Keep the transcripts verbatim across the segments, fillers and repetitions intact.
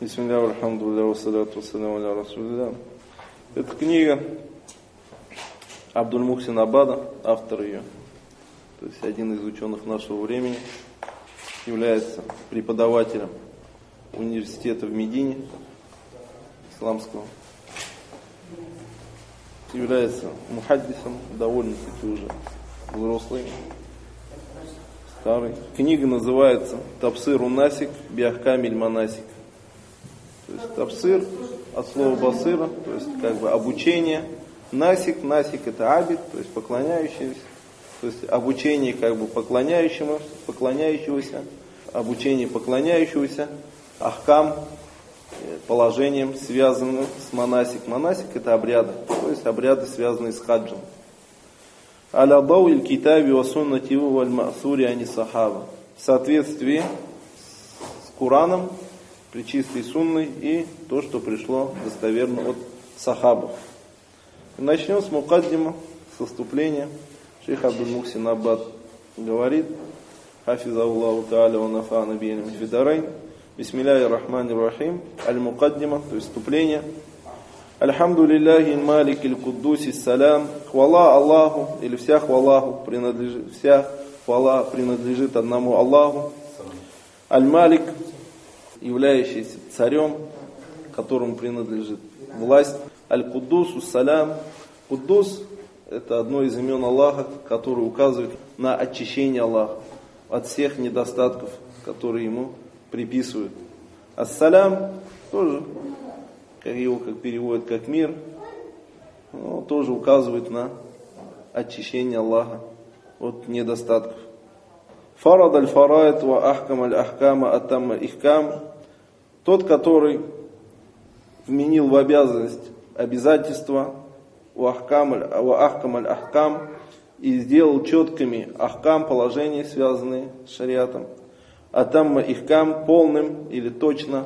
Бисмилля, алхамдулилля, вассаляту вассаляму аля расулилля. Это книга Абдуль-Мухсин Абада, автор ее, то есть один из ученых нашего времени, является преподавателем университета в Медине, исламского, является мухаддисом, довольно-таки уже взрослый, старый. Книга называется «Тафсир ун-Насик би-Ахкамиль Манасик». То есть тафсир от слова басира, то есть как бы обучение. Насик, насик это абид, то есть поклоняющийся. То есть обучение как бы поклоняющему, поклоняющегося, обучение поклоняющегося, ахкам, положением, связанным с манасик. Манасик это обряды, то есть обряды, связанные с хаджем. Аля дауиль китаби ва суннати валь ма'сури ани сахаба. В соответствии с Кураном, пречистой сунной и то, что пришло достоверно от сахабов. Начнем с мукаддима, с вступления. Шейх Абдуль-Мухсин Аббад говорит: Хафизаллаху та'аля ва нафа'на бихи фид-дарайн. Бисмиллахир рахманир рахим. Аль-мукаддима, то есть вступление. Альхамдулиллахи маликиль куддуси салям. Хвала Аллаху, или вся хвала принадлежит, вся хвала принадлежит одному Аллаху. Аль-Малик, являющийся царем, которому принадлежит власть. Аль-Куддусу салям. Куддус это одно из имен Аллаха, которое указывает на очищение Аллаха от всех недостатков, которые ему приписывают. Ас-салям тоже, как его как переводят как мир, но тоже указывает на очищение Аллаха от недостатков. Фарад аль-фарайт ва ахкам аль-ахкама атамма ихкам. Тот, который вменил в обязанность обязательства ва ахкам аль-ахкам и сделал четкими ахкам, положения, связанные с шариатом. Атамма ихкам, полным или точно.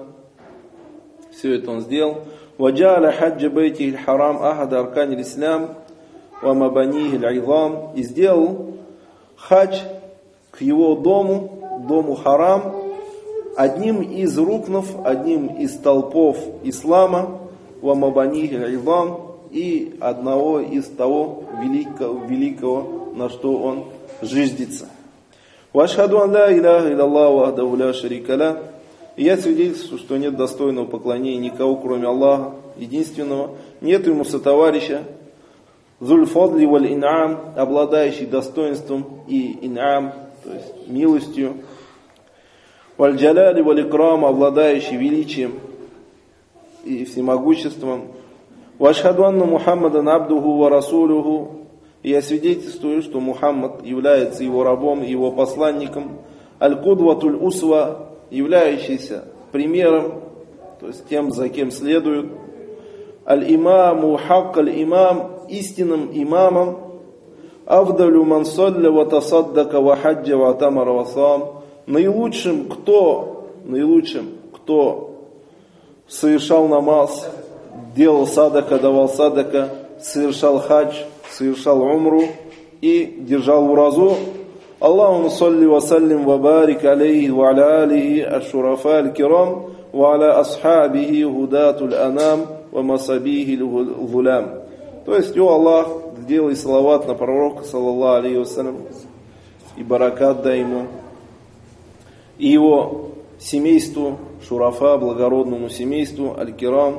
Все это он сделал. Ваджа'аля хаджа байтихиль харам ахада арканиль ислам ва мабанихиль айзам. И сделал хадж к его дому, дому харам, одним из рукнов, одним из столпов ислама, ва мабанихиль айзам, и одного из того великого, великого, на что он жиждется. Вашхаду ан ла иляха илlallah вахдаху ля шарика ля. И я свидетельствую, что нет достойного поклонения никого, кроме Аллаха, единственного, нет ему сотоварища. Зуль-фадли валь-ин'ам, обладающий достоинством и ин'ам, то есть милостью. Валь-джаляли валь-икрам, обладающий величием и всемогуществом. Вашхаду анна Мухаммадан абдуху ва расулюху. И я свидетельствую, что Мухаммад является его рабом, его посланником. Аль-кудватуль усва, являющийся примером, то есть тем, за кем следуют. Аль-имаму хакк аль-имам, истинным имамом. Авдалю ман салля ва тасаддака ва хаджа ва тамара ва сам. Наилучшим, кто, наилучшим, кто совершал намаз, делал садака, давал садака, совершал хадж, совершал умру и держал уразу. Аллахумма салли ва саллим ва барик алейхи ва аля алихи аш-шурафа аль-кирам ва аля асхабихи худатуль анам ва масабихи зулям. То есть, о Аллах, сделай салават на пророка, саллаллаху алейхи вассалям, и баракат дай ему, и его семейству, шурафа, благородному семейству, аль-кирам,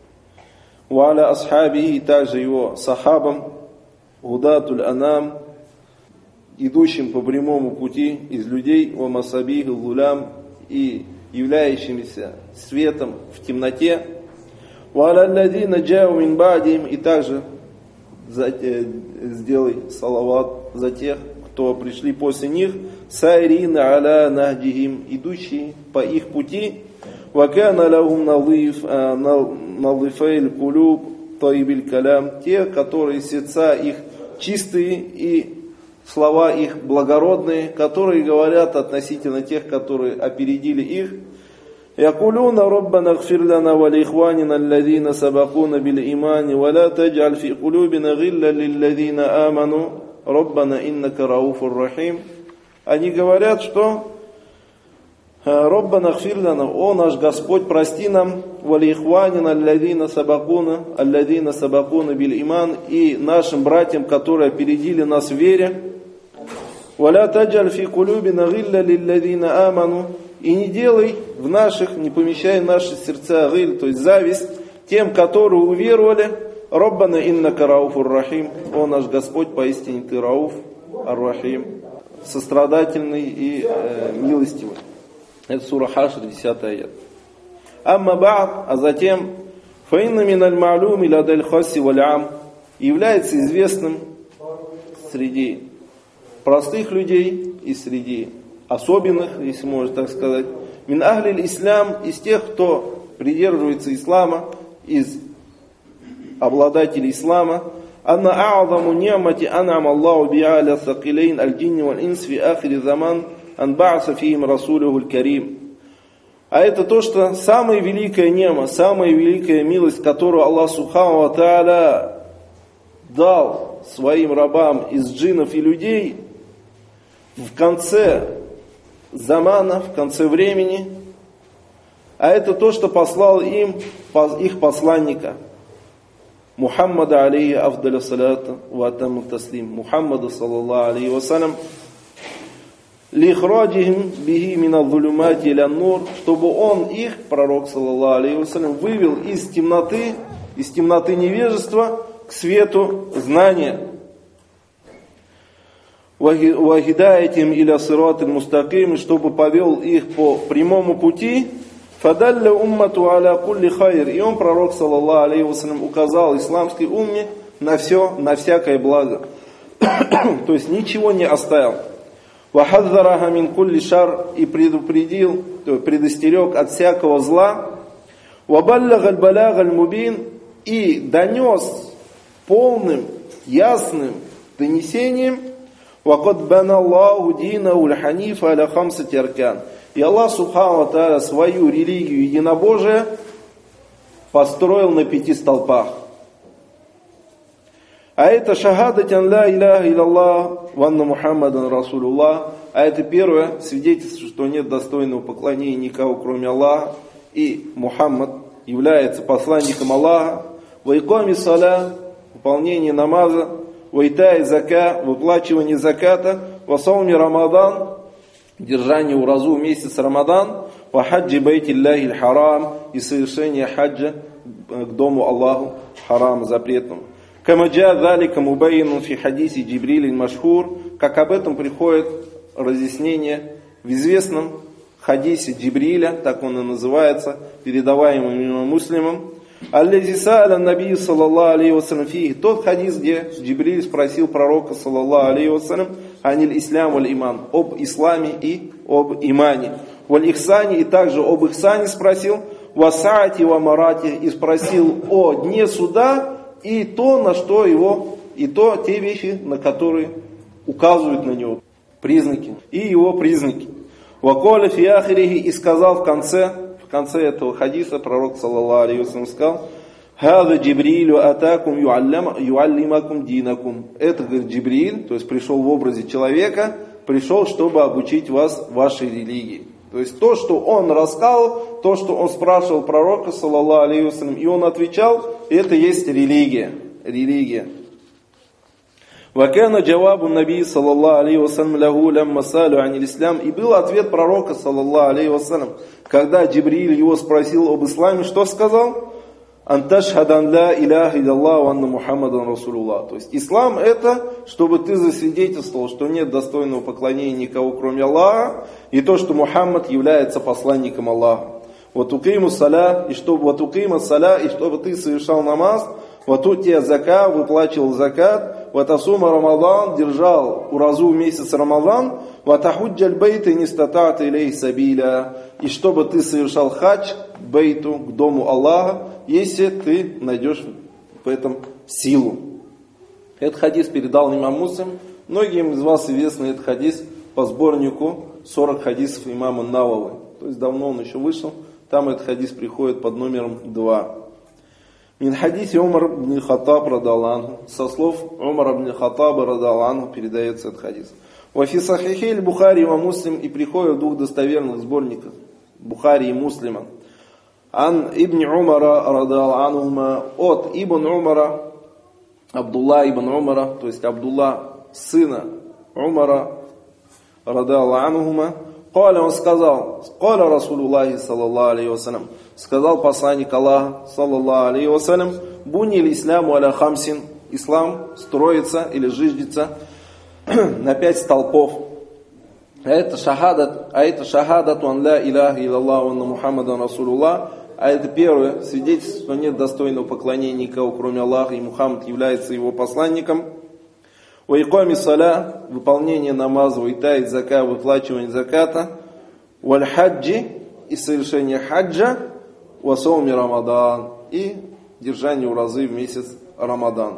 ва аля асхабихи, также его сахабам, худатуль анам, идущим по прямому пути из людей, ва масабихи зулям, и являющимися светом в темноте, ва аля алладзина джа'у мин ба'дихим, и также за, э, сделай салават за тех, кто пришли после них, сайрина аля нахджихим, идущие по их пути, ва кана лахум надиф надифайль кулуб таибиль калям, те, которые сердца их чистые и слова их благородные, которые говорят относительно тех, которые опередили их. Якулуна роббана гфир лана ва лихванина аллазина сабакуна бил имани ва ла тадж'аль фи кулубина гилля лиллазина аману роббана иннака рауфур рахим. Они говорят, что Роббана гфир лана, о наш Господь, прости нам, валихванина аллазина сабакуна, аллазина сабакуна бил иман, и нашим братьям, которые опередили нас в вере. Валя таджаль фи кулюбина гилля лиллазина аману, и не делай в наших, не помещай в наши сердца гиль, то есть зависть, тем, которые уверовали. Роббана иннака рауфур рахим, о наш Господь, поистине ты рауф ар-рахим, сострадательный и э, милостивый. Это сура Хашр, десятый аят. Амма ба'д, а затем, фаинна миналь ма'луми ладаль хаси валь ам, является известным среди простых людей и среди особенных, если можно так сказать, мин ахлиль ислам, из тех, кто придерживается ислама, из обладателей ислама, анна а'заму ни'мати ан'ама Аллаху биха аля сакилейн аль-джинни валь-инс фи ахири заман ан ба'са фихим расулюху аль-карим. А это то, что самая великая нема, самая великая милость, которую Аллах Субхану ва Тааля дал своим рабам из джиннов и людей в конце замана, в конце времени, а это то, что послал им их посланника, Мухаммада алейхи афдаля салата ва атамму таслим, Мухаммада саллаллаху алейхи вассалям, лихраджихим бихи мина зулюмати иля нур, чтобы он их, пророк саллаллаху алейхи вассалям, вывел из темноты, из темноты невежества к свету знания. Вахидаятим иля сиратиль мустаким, чтобы повел их по прямому пути. Фадалля уммату аля кулли хайр, и он, пророк саллаллаху алейхи вассалям, указал исламской умме на все, на всякое благо. То есть ничего не оставил. Вахадзараха мин кулли шар, и предупредил, то есть предостерег от всякого зла. Вабаллагаль балягаль мубин, и донес полным, ясным донесением. Вакад баналлаху динаху аль-ханифа аля хамсати аркан. И Аллах Субхану ва Тааля свою религию единобожия построил на пяти столпах. А это шахадатян ла иляха илляллах ва анна Мухаммадан расулуллах. А это первое свидетельство, что нет достойного поклонения никого, кроме Аллаха. И Мухаммад является посланником Аллаха. Ва иками саля, выполнение намаза. Ва итай зака, выплачивание заката. Ва сауми рамадан, держание уразу месяц Рамадан. Ва хаджи байтиллахи аль-харам, и совершение хаджа к дому Аллаху харам запретному. Камаджа залика мубайину фи хадиси Джибриля машхур, как об этом приходит разъяснение в известном хадисе Джибриля, так он и называется, передаваемым имамом Муслимом. Аллази са'аля набию саллаллаху алейхи вассалям фихи, тот хадис, где Джибриль спросил пророка саллаллаху алейхи вассалям аниль ислам валь иман, об исламе и об имане. Валь ихсане, и также об ихсане спросил. Васаати ва марати, и спросил о дне суда, и то, на что его, и то, те вещи, на которые указывают на него, признаки, и его признаки. Ваколя фи ахирихи, и сказал в конце, в конце этого хадиса, пророк саллаллаху алейхи вассалям сказал: «Хаза Джибрилю атакум юаллимакум динакум». Это, говорит, Джибриль, то есть пришел в образе человека, пришел, чтобы обучить вас вашей религии. То есть то, что он рассказал, то, что он спрашивал пророка, саллаллаху алейхи вассалям, и он отвечал, это есть религия. Религия. Вакана джавабу наби, саллаллаху алейхи вассалям, лягу лямма салю аниль ислам. И был ответ пророка, саллаллаху алейхи вассалям, когда Джибриль его спросил об исламе, что сказал? Анташхадан ла иляха илляллах ва анна Мухаммадан расулуллах. То есть ислам это, чтобы ты засвидетельствовал, что нет достойного поклонения никого, кроме Аллаха, и то, что Мухаммад является посланником Аллаха. Вот укиму саля, и чтобы вот укима саля, и чтобы ты совершал намаз, вот утия зака, выплачивал закат, вот асума Рамадан, держал уразу месяц Рамадан, вот ахуджаль бейта и нистатата илей сабиля, и чтобы ты совершал хадж к бейту, к дому Аллаха, если ты найдешь в этом силу. Этот хадис передал имам Муслим. Многим из вас известен этот хадис по сборнику сорок хадисов имама Навави. То есть давно он еще вышел. Там этот хадис приходит под номером два. Мин хадисе Умар ибн Хаттаб радаллаху анху. Со слов Умара ибн Хаттаба радаллаху анху передается этот хадис. Вафи сахихи Бухари ва Муслим, и приходит в двух достоверных сборниках Бухари и Муслима. Ан ибн Умара радал анхума, от ибн Умара, Абдулла ибн Умара, то есть Абдулла, сына Умара, радал анхума, قال, он сказал, قال Расулуллахи саллаллаху алейхи вассалям, сказал посланник Аллаха саллаллаху алейхи вассалям, буни исляму аля хамсин, ислам строится или жиждется на пять столпов. А это шахадат, а это шахадат ван ла иляха илляллах ванна Мухаммадан Расулуллах. А это первое свидетельство, что нет достойного поклонения никого, кроме Аллаха, и Мухаммад является его посланником. Ва иками саля, выполнение намаза, ва итаи зака, выплачивание заката, валь хаджи, и совершение хаджа, ва сауми Рамадан, и держание уразы в месяц Рамадан.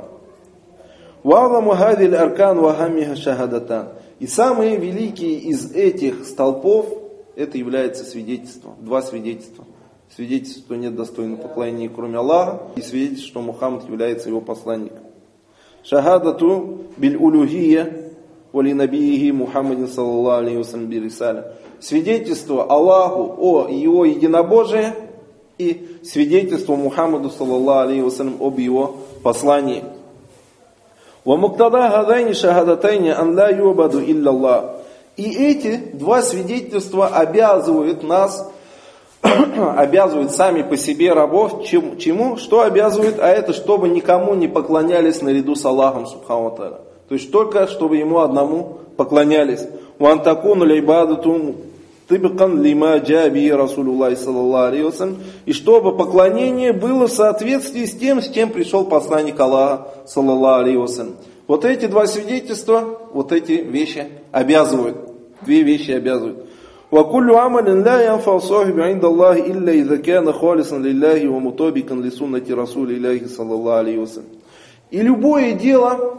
Ва азаму хадиль аркан ва хаммиха шахадатан. И самые великие из этих столпов, это является свидетельством, два свидетельства. Свидетельство, что нет достойного поклонения, кроме Аллаха, и свидетельство, что Мухаммад является его посланником. Шахадату биль улюхия вали набиихи Мухаммадин саллаллаху алейхи вассалям бирисаля. Свидетельство Аллаху о его единобожии и свидетельство Мухаммаду саллаллаху алейхи вассалям об его послании. Ва муктада хадайни шахадатайни ан ла юбаду илля Аллах. И эти два свидетельства обязывают нас, обязывают сами по себе рабов, чему, чему? Что обязывают? А это, чтобы никому не поклонялись наряду с Аллахом, субхану ва тааля. То есть только, чтобы ему одному поклонялись. Ван такуну лейбадату тибкан лима джаби Расулуллахи саллаллаху алейхи вассалям. И чтобы поклонение было в соответствии с тем, с чем пришел посланник Аллаха саллаллаху алейхи вассалям. Вот эти два свидетельства, вот эти вещи обязывают. Две вещи обязывают. وكل عمل لا ينفع صاحبه عند الله إلا إذا كان خالصا لله ومطابقا لسنة رسول الله صلى الله عليه وسلم. И любое дело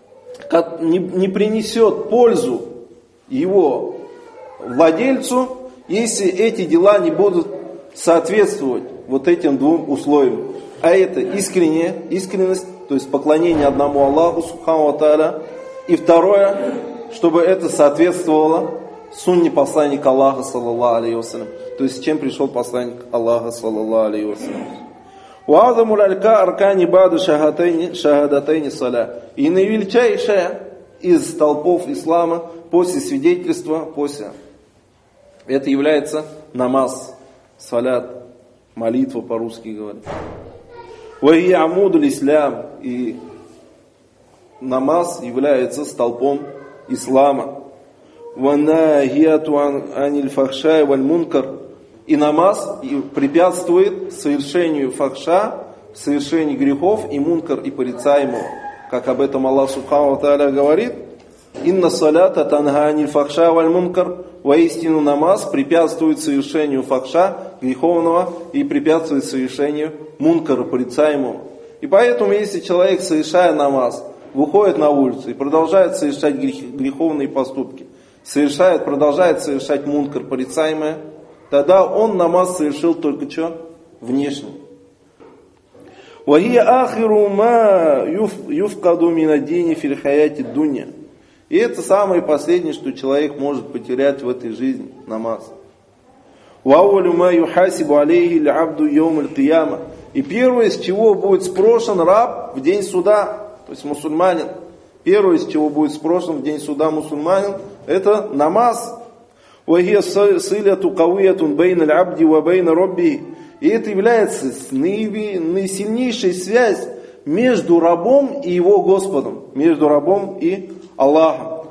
не принесет пользу его владельцу, если эти дела не будут соответствовать вот этим двум условиям. А это искренняя, искренность, то есть поклонение одному Аллаху субхану ва тааля. И второе, чтобы это соответствовало сунне посланника Аллаха саллаллаху алейхи вассалям. То есть, с чем пришел посланник Аллаха саллаллаху алейхи вассалям. Уазаму лалька аркани баду шахадатайни саля. И наивеличайшая из столпов ислама после свидетельства, после, это является намаз, салят, молитва по-русски говорят. Вахи амудуль ислам. И намаз является столпом ислама. Ванахиату аниль фахша валь мункар. И намаз препятствует совершению фахша, совершению грехов и мункар и порицаемого. Как об этом Аллах субхану ва тааля говорит: инна салята танха аниль фахша валь мункар. Воистину намаз препятствует совершению фахша, греховного, и препятствует совершению мункара, порицаемого. И поэтому, если человек, совершая намаз, выходит на улицу и продолжает совершать греховные поступки, совершает, продолжает совершать мункар, порицаемое, тогда он намаз совершил только что? Внешне. وَهِيَ آخِرُ مَا يُفْقَدُ مِنَ الدِّينِ فِي الْحَيَاةِ الدُّنْيَا. И это самое последнее, что человек может потерять в этой жизни, намаз. وَأَوَّلُ مَا يُحَاسِبُ عَلَيْهِ الْعَبْدُ يَوْمَ الْقِيَامَةِ. И первое, с чего будет спрошен раб в день суда, то есть мусульманин, первое, с чего будет спрошен в день суда мусульманин, это намаз. وَهِيَ صِلَةُ قَوِيَّةٌ بَيْنَ الْعَبْدِ وَبَيْنَ رَبِّهِ. И это является наисильнейшей связь между рабом и его Господом, между рабом и Аллахом.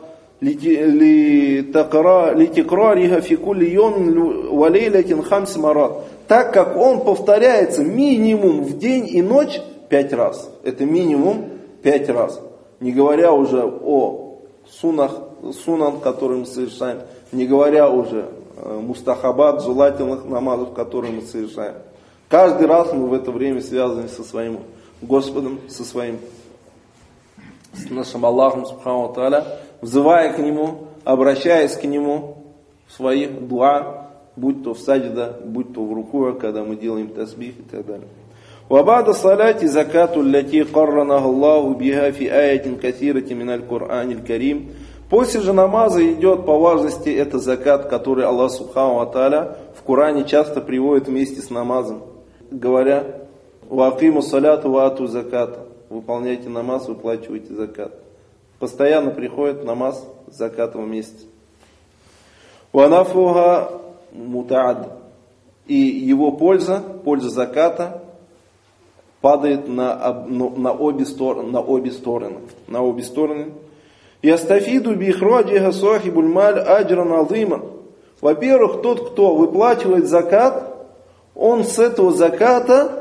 لِتِكْرَارِهَا فِي كُلِّ يَوْمٍ وَلَيْلَةٍ خَمْسِ مَرَّاتٍ. Так как он повторяется минимум в день и ночь пять раз. Это минимум пять раз. Не говоря уже о суннах, суннах, которые мы совершаем, не говоря уже мустахабат, желательных намазов, которые мы совершаем. Каждый раз мы в это время связаны со своим Господом, со своим, с нашим Аллахом, субхану ва тааля, взывая к Нему, обращаясь к Нему в своих дуа, будь то в саджда, будь то в рукуа, когда мы делаем тасбих и так далее. وَبَعْدَ الصَّلَاةِ زَكَاةُ الَّتِي قَرَّنَهَا اللَّهُ بِهَا فِي آيَةٍ كَثِيرَةٍ مِنَ الْقُرْآنِ الْكَرِيمِ. После же намаза идет по важности это закат, который Аллах Субхану ва Тааля в Коране часто приводит вместе с намазом, говоря: «Ва акиму саляту ва ату заката». Выполняйте намаз, выплачивайте закат. Постоянно приходит намаз с закатом вместе. «Ва нафуха мутаад». И его польза, польза заката падает на, на, обе, стороны, на обе стороны. На обе стороны. «Ястафиду бихраджиха сахибуль маль аджран азиман». Во-первых, тот, кто выплачивает закат, он с этого заката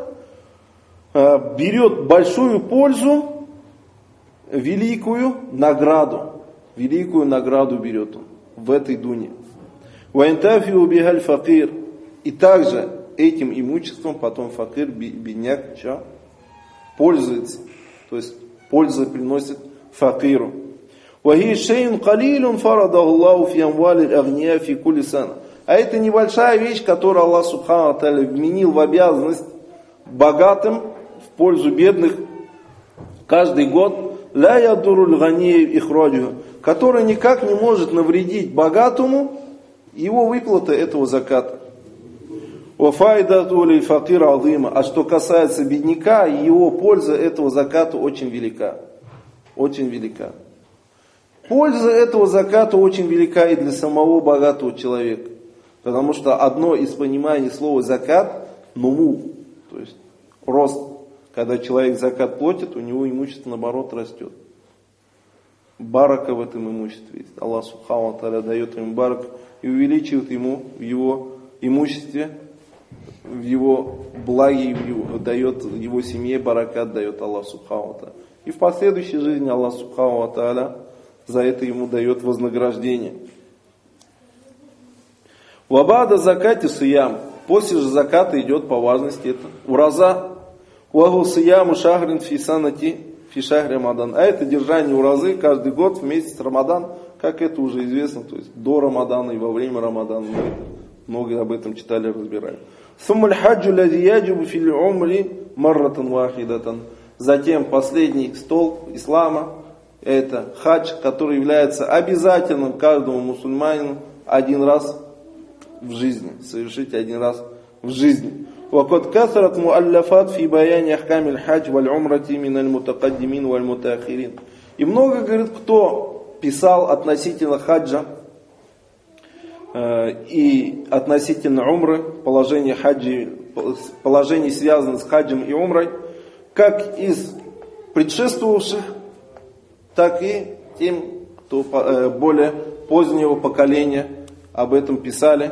берет большую пользу, великую награду. Великую награду берет он в этой дуне. «Ваинтафиу бихаль факир». И также этим имуществом потом факир, бедняк, что? Пользуется. То есть пользу приносит факиру. «Вахи шейн калилун фарадаху Аллаху фи амвали агния фи кулли сана». А это небольшая вещь, которую Аллах Субхану ва Тааля вменил в обязанность богатым в пользу бедных каждый год, ля ядуруль гании ихраджу, который никак не может навредить богатому его выплата этого заката. Вафайдату лиль факир азима. А что касается бедняка, его польза этого заката очень велика. Очень велика. Польза этого заката очень велика и для самого богатого человека. Потому что одно из пониманий слова закат – нуму, то есть рост. Когда человек закат платит, у него имущество наоборот растет. Барака в этом имуществе есть. Аллах Субхану ва Тааля дает ему барак и увеличивает ему в его имуществе, в его благе, в его, дает его семье баракат, дает Аллах Субхану ва Тааля. И в последующей жизни Аллах Субхану ва Тааля за это ему дает вознаграждение. Вабада закати сиям. После же заката идет по важности это ураза. Уагу сияму шахрин фисанати фишахр Рамадан. А это держание уразы каждый год в месяц Рамадан, как это уже известно, то есть до Рамадана и во время Рамадана. Мы много об этом читали, разбирали. Суммаль хаджу лади яджибу фил умри марратан вахидатан. Затем последний столб ислама — это хадж, который является обязательным каждому мусульманину один раз в жизни, совершить один раз в жизни. وقد كثرت مؤلفات في بيان أحكام الحج والعمرة من المتقدمين والمتأخرين. И много, говорит, кто писал относительно хаджа э, и относительно умры, положение хаджи, положений, связанных с хаджем и умрой, как из предшествовавших, так и тем, кто э, более позднего поколения об этом писали.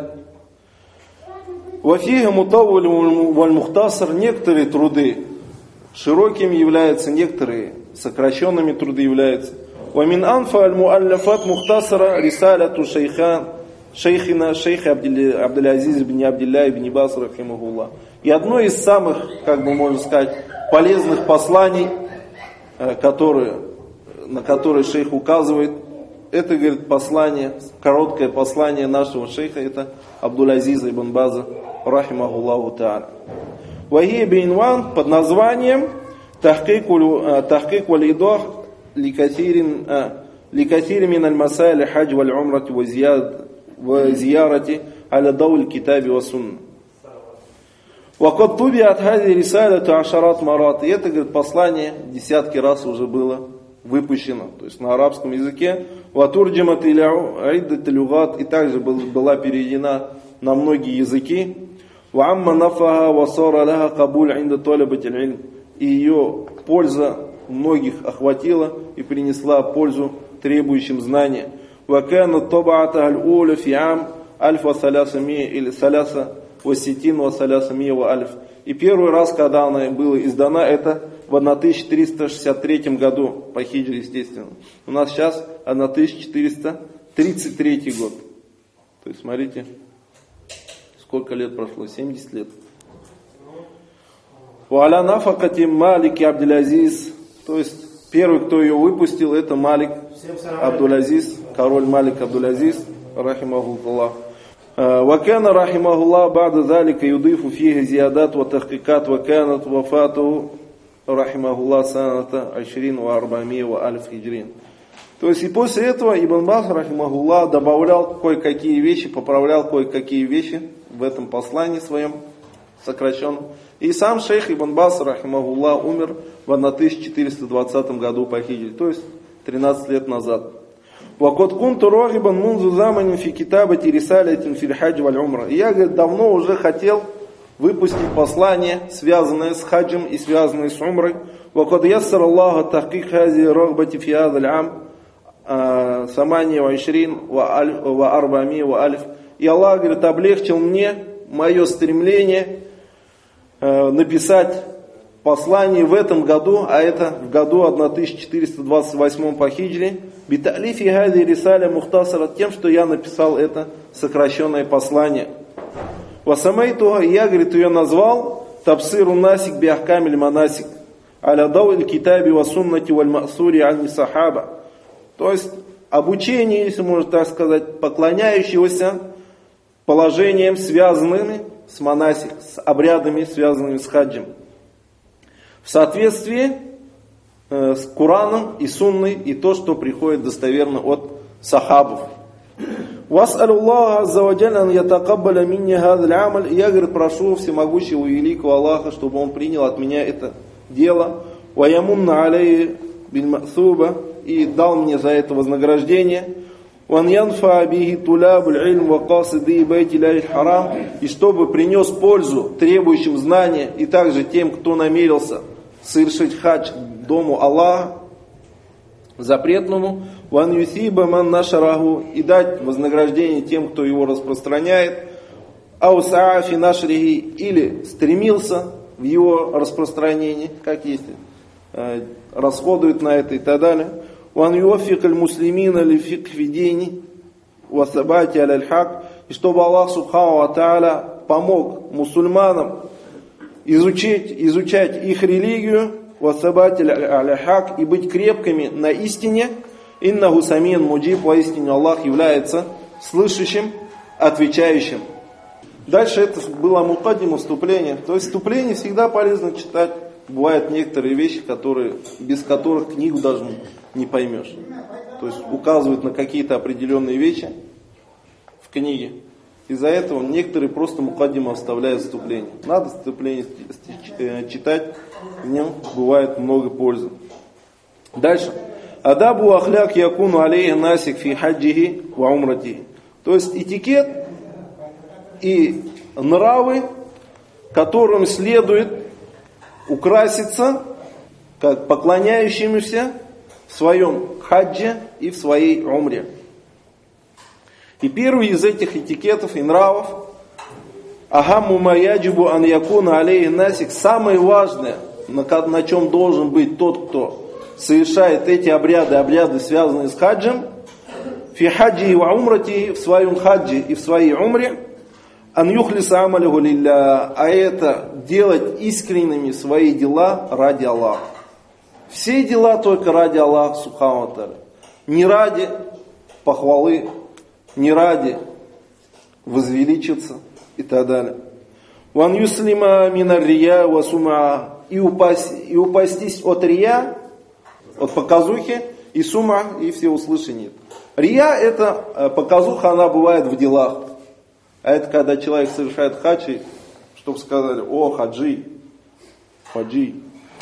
Вафиха мутавваль валь мухтасар. Некоторые труды широкими являются, некоторые сокращенными труды являются. Вамин анфа аль муаллафат мухтасара рисаляту шейхан шейхина шейха Абдул-Азиз ибн Абдилля ибн Бас рахимахуллах. И одно из самых, как бы можно сказать, полезных посланий, которые, на которые шейх указывает, это, говорит, послание, короткое послание нашего шейха, это Абдул-Азиза ибн База рахимахуллаху та'аля. Вахия бинван, под названием Тахкик валь идах ликасирин мин аль-масаиль хадж валь умрати ва зиярати аля дауль китаби ва сунна. Вакад тубиат хази рисаляту ашарат марат. И это, говорит, послание десятки раз уже было выпущено, то есть на арабском языке. Ватурджимат иля айддат люгат. И также была переведена на многие языки. Ваамма нафаха васара лаха кабуль инда талабат аль-илм. И ее польза многих охватила и принесла пользу требующим знания. Вакана табаата аль-уля фи ам альфа салясами или саляса васитин ва салясами ва альф. И первый раз, когда она была издана, это в тысяча триста шестьдесят третьем году, по хиджре, естественно. У нас сейчас тысяча четыреста тридцать третий год. То есть, смотрите, сколько лет прошло? семьдесят лет. Ва'аля нафакати Малики Абдул-Азиз. То есть, первый, кто ее выпустил, это Малик Абдул-Азиз, король Малик Абдул-Азиз, рахимахуллах. وكان رحمه الله بعد ذلك يضيف فيه زيادات وتحقيقات وكانت وفاته رحمه الله سنة عشرين وأربعمائة وألف هجرين. То есть и после этого Ибн Баз, рахимахуллах, добавлял кое-какие вещи, поправлял кое-какие вещи в этом послании своем сокращенном. И сам шейх Ибн Баз, рахимахуллах, умер в тысяча четыреста двадцатом году по хиджре, то есть тринадцать лет назад. «Вакот кунту рогибан мунзу заманин фи китабати рисалятин фил хадж валь умра». И я, говорит, давно уже хотел выпустить послание, связанное с хаджем и связанное с умрой. «Вакот яссар Аллаха тахкик хази рогбати фи адаль ам самани ва ишрин ва арбами ва алиф». И Аллах, говорит, облегчил мне мое стремление написать послание в этом году, а это в году тысяча четыреста двадцать восьмом по хиджре, биталифи хади рисаля мухтасара, тем, что я написал это сокращенное послание. Васамайтуха, я, говорит, ее назвал Табсиру насик би ахкамиль манасик, аля дауиль китаби ва суннати валь масури ани сахаба. То есть обучение, если можно так сказать, поклоняющегося положениям, связанными с манасик, с обрядами, связанными с хаджем, в соответствии э, с Кораном и Сунной, и то, что приходит достоверно от сахабов. «Вас'алюллаха аззаваджалля ан ятакаббаля минни хазаль амаль». Я, говорит, прошу всемогущего и великого Аллаха, чтобы он принял от меня это дело. «Ва ямунна алейhi биль ма'суба», и дал мне за это вознаграждение. «Ван янфа бихи тулабуль ильм ва касиди байти лайль харам», и чтобы принес пользу требующим знания и также тем, кто намерился совершить хадж к дому Аллаха запретному. «Ван юсиба ман нашараху», и дать вознаграждение тем, кто его распространяет. «Аусаа фи нашрихи», или стремился в его распространении, как есть, э, расходует на это и так далее. «Ван юаффик аль муслимина ли фик фи дини ва сабати аль хак», и чтобы Аллах субхану ва тааля помог мусульманам изучить, изучать их религию, ва сабати аль хак, и быть крепкими на истине. «Иннаху самин муджиб», воистине Аллах является слышащим, отвечающим. Дальше это было мукаддима, вступление. То есть вступление всегда полезно читать. Бывают некоторые вещи, которые, без которых книгу даже не поймешь. То есть указывают на какие-то определенные вещи в книге. Из-за этого некоторые просто мукаддима оставляют вступление. Надо вступление читать, в нем бывает много пользы. Дальше. «Адабу ахляк якуну алейхи насик фи хаджихи ва умратихи». То есть этикет и нравы, которым следует украситься, как поклоняющимися в своем хадже и в своей умре. И первый из этих этикетов и нравов, ахамму ма яджибу ан якуна алейхи насик, самое важное, на, на чем должен быть тот, кто совершает эти обряды, обряды, связанные с хаджем, фи хаджи ва умрати, в своем хаджи и в своей умре, ан юхлиса амалиху лилля, а это делать искренними свои дела ради Аллаха. Все дела только ради Аллаха субхану ва тааля. Не ради похвалы, не ради возвеличиться и так далее. Ван юслима минар рия ва сума, и упастись от рия, от показухи, и сума, и всеуслышания. Рия, это показуха, она бывает в делах. А это когда человек совершает хадж, чтобы сказали: о, хаджи, хаджи.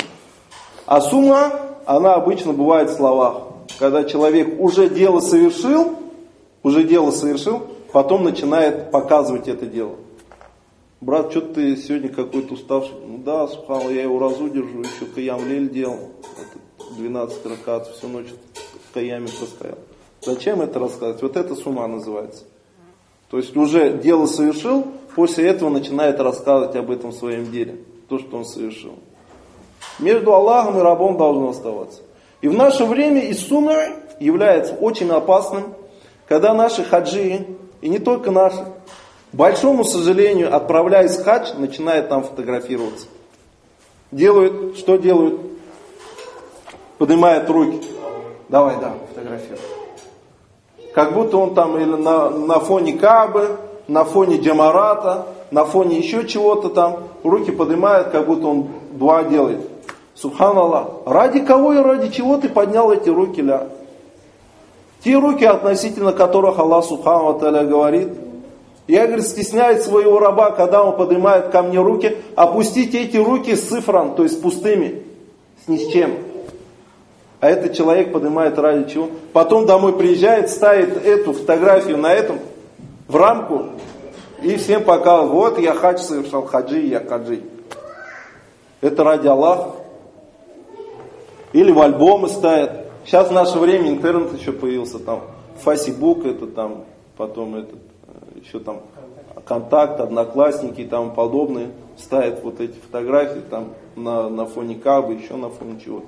А сума, она обычно бывает в словах. Когда человек уже дело совершил, уже дело совершил, потом начинает показывать это дело. Брат, что ты сегодня какой-то уставший? Ну да, субханаллах, я его разу держу, еще каям лель делал. двенадцать ракат, всю ночь в каяме простоял. Зачем это рассказывать? Вот это сума называется. То есть уже дело совершил, после этого начинает рассказывать об этом в своем деле. То, что он совершил. Между Аллахом и рабом должно оставаться. И в наше время и сумма является очень опасным, когда наши хаджи, и не только наши, к большому сожалению, отправляясь в хадж, начинают там фотографироваться. Делают, что делают? Поднимают руки. Давай, да, фотографируй. Как будто он там или на, на фоне Каабы, на фоне Джамарата, на фоне еще чего-то там, руки поднимает, как будто он дуа делает. Субханаллах. Ради кого и ради чего ты поднял эти руки, ля? Те руки, относительно которых Аллах Субхану ва Тааля говорит: я, говорит, стесняюсь своего раба, когда он поднимает ко мне руки, опустить эти руки с цифром, то есть пустыми, с ни с чем. А этот человек поднимает ради чего? Потом домой приезжает, ставит эту фотографию на этом, в рамку, и всем показывает: вот я хадж совершал, хаджи, я хаджи. Это ради Аллаха. Или в альбомы ставят. Сейчас в наше время интернет еще появился, там, Facebook, это там, потом этот, еще там, Контакт, Одноклассники и тому подобное. Ставят вот эти фотографии там на, на фоне Кабы, еще на фоне чего-то.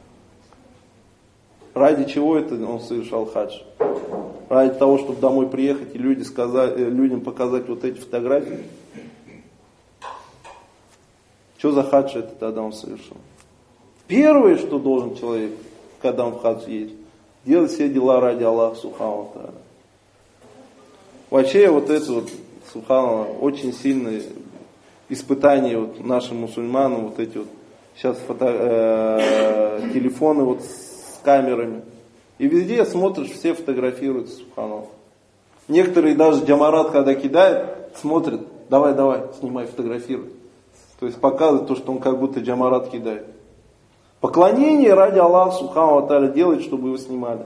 Ради чего это он совершал хадж? Ради того, чтобы домой приехать и люди сказать, людям показать вот эти фотографии? Что за хадж это тогда он совершил? Первое, что должен человек, когда он в хадж едет, делать все дела ради Аллаха Субхану ва Тааля. Вообще вот это вот, Субханаллах, очень сильное испытание вот нашим мусульманам, вот эти вот сейчас фото, э, телефоны вот с камерами. И везде смотришь, все фотографируют, Субханаллах. Некоторые даже джамарат, когда кидают, смотрят: давай, давай, снимай, фотографируй. То есть показывает то, что он как будто джамарат кидает. Поклонение ради Аллаха Субхану ва Тааля делает, чтобы его снимали.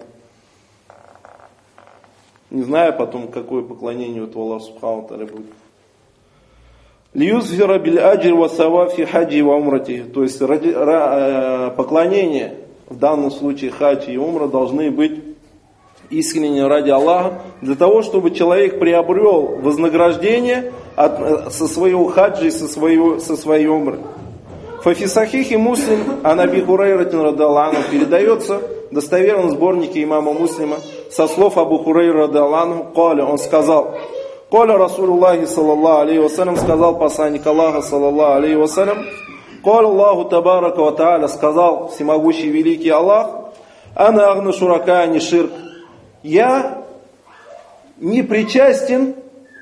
Не знаю потом, какое поклонение у Аллаха Субхану ва Тааля будет. Льюзфира биль аджир ва саваф фи хаджи ва умрати. То есть ради, ра, поклонение, в данном случае хадж и умра, должны быть искренне ради Аллаха, для того, чтобы человек приобрел вознаграждение от, со своего хаджа и со, своего, со своей умры. Фафи сахихи муслим ан Аби Хурайратин радиаллаху анху передается в достоверном сборнике имама Муслима со слов Абу Хурайра радиаллаху анху, Каля, он сказал: Каля Расулуллахи саллаллаху алейхи вассалям, сказал посланник Аллаха саллаллаху алейхи вассалям, Каля Аллаху табарака ва тааля, сказал всемогущий великий Аллах: Ана агна шурака не ширк. Я не причастен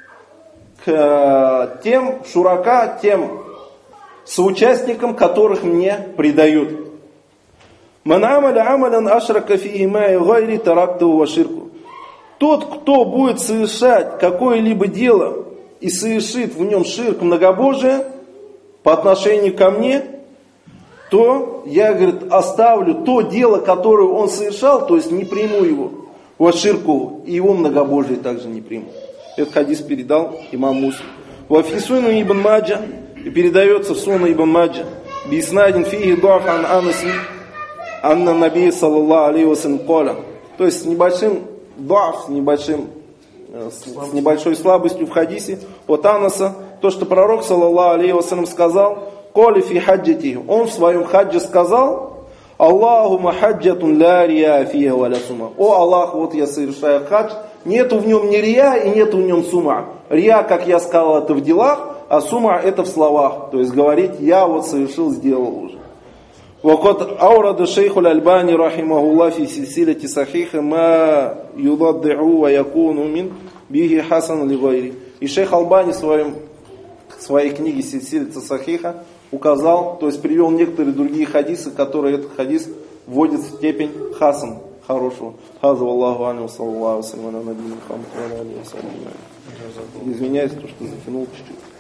к тем шурака, тем соучастникам, которых мне предают. Ман амаля амалян ашрака фиhi ма'i гайри тарактуху ва ширку. Тот, кто будет совершать какое-либо дело и совершит в нем ширк, многобожие по отношению ко мне, то я, говорит, оставлю то дело, которое он совершал, то есть не приму его. Ва ширку, и его многобожие также не приму. Этот хадис передал имам Муслим. Ва фи суна ибн Маджа, и передается в суна ибн Маджа, биснадин фихи дуаф ан анаси анна наби саллаллаху алейхи вассалям коля. То есть с небольшим дуаф, с небольшим, с небольшой слабостью в хадисе от Анаса, то, что пророк саллаллаху алейхи вассалям сказал: коли фи хаджати, он в своем хаджи сказал: Аллахума хаджатун ла рия фиха ва ля сума. О Аллах, вот я совершаю хадж, нету в нем ни рия и нету в нем сума. Рия, как я сказал, это в делах, а сума это в словах. То есть говорить: я вот совершил, сделал уже. وقد أورد الشيخ الألباني رحمه الله في سلسلة صحيحة ما يضدع ويكون من به حسن لغيره. И шейх Албани в своем, в своей книге «Сильсилат Сахиха» указал, то есть привел некоторые другие хадисы, которые этот хадис вводит в степень хасан, хорошего. Хазу Аллаху анhu саллаллаху алейхи ва саллям. Извиняюсь, то, что затянул чуть-чуть.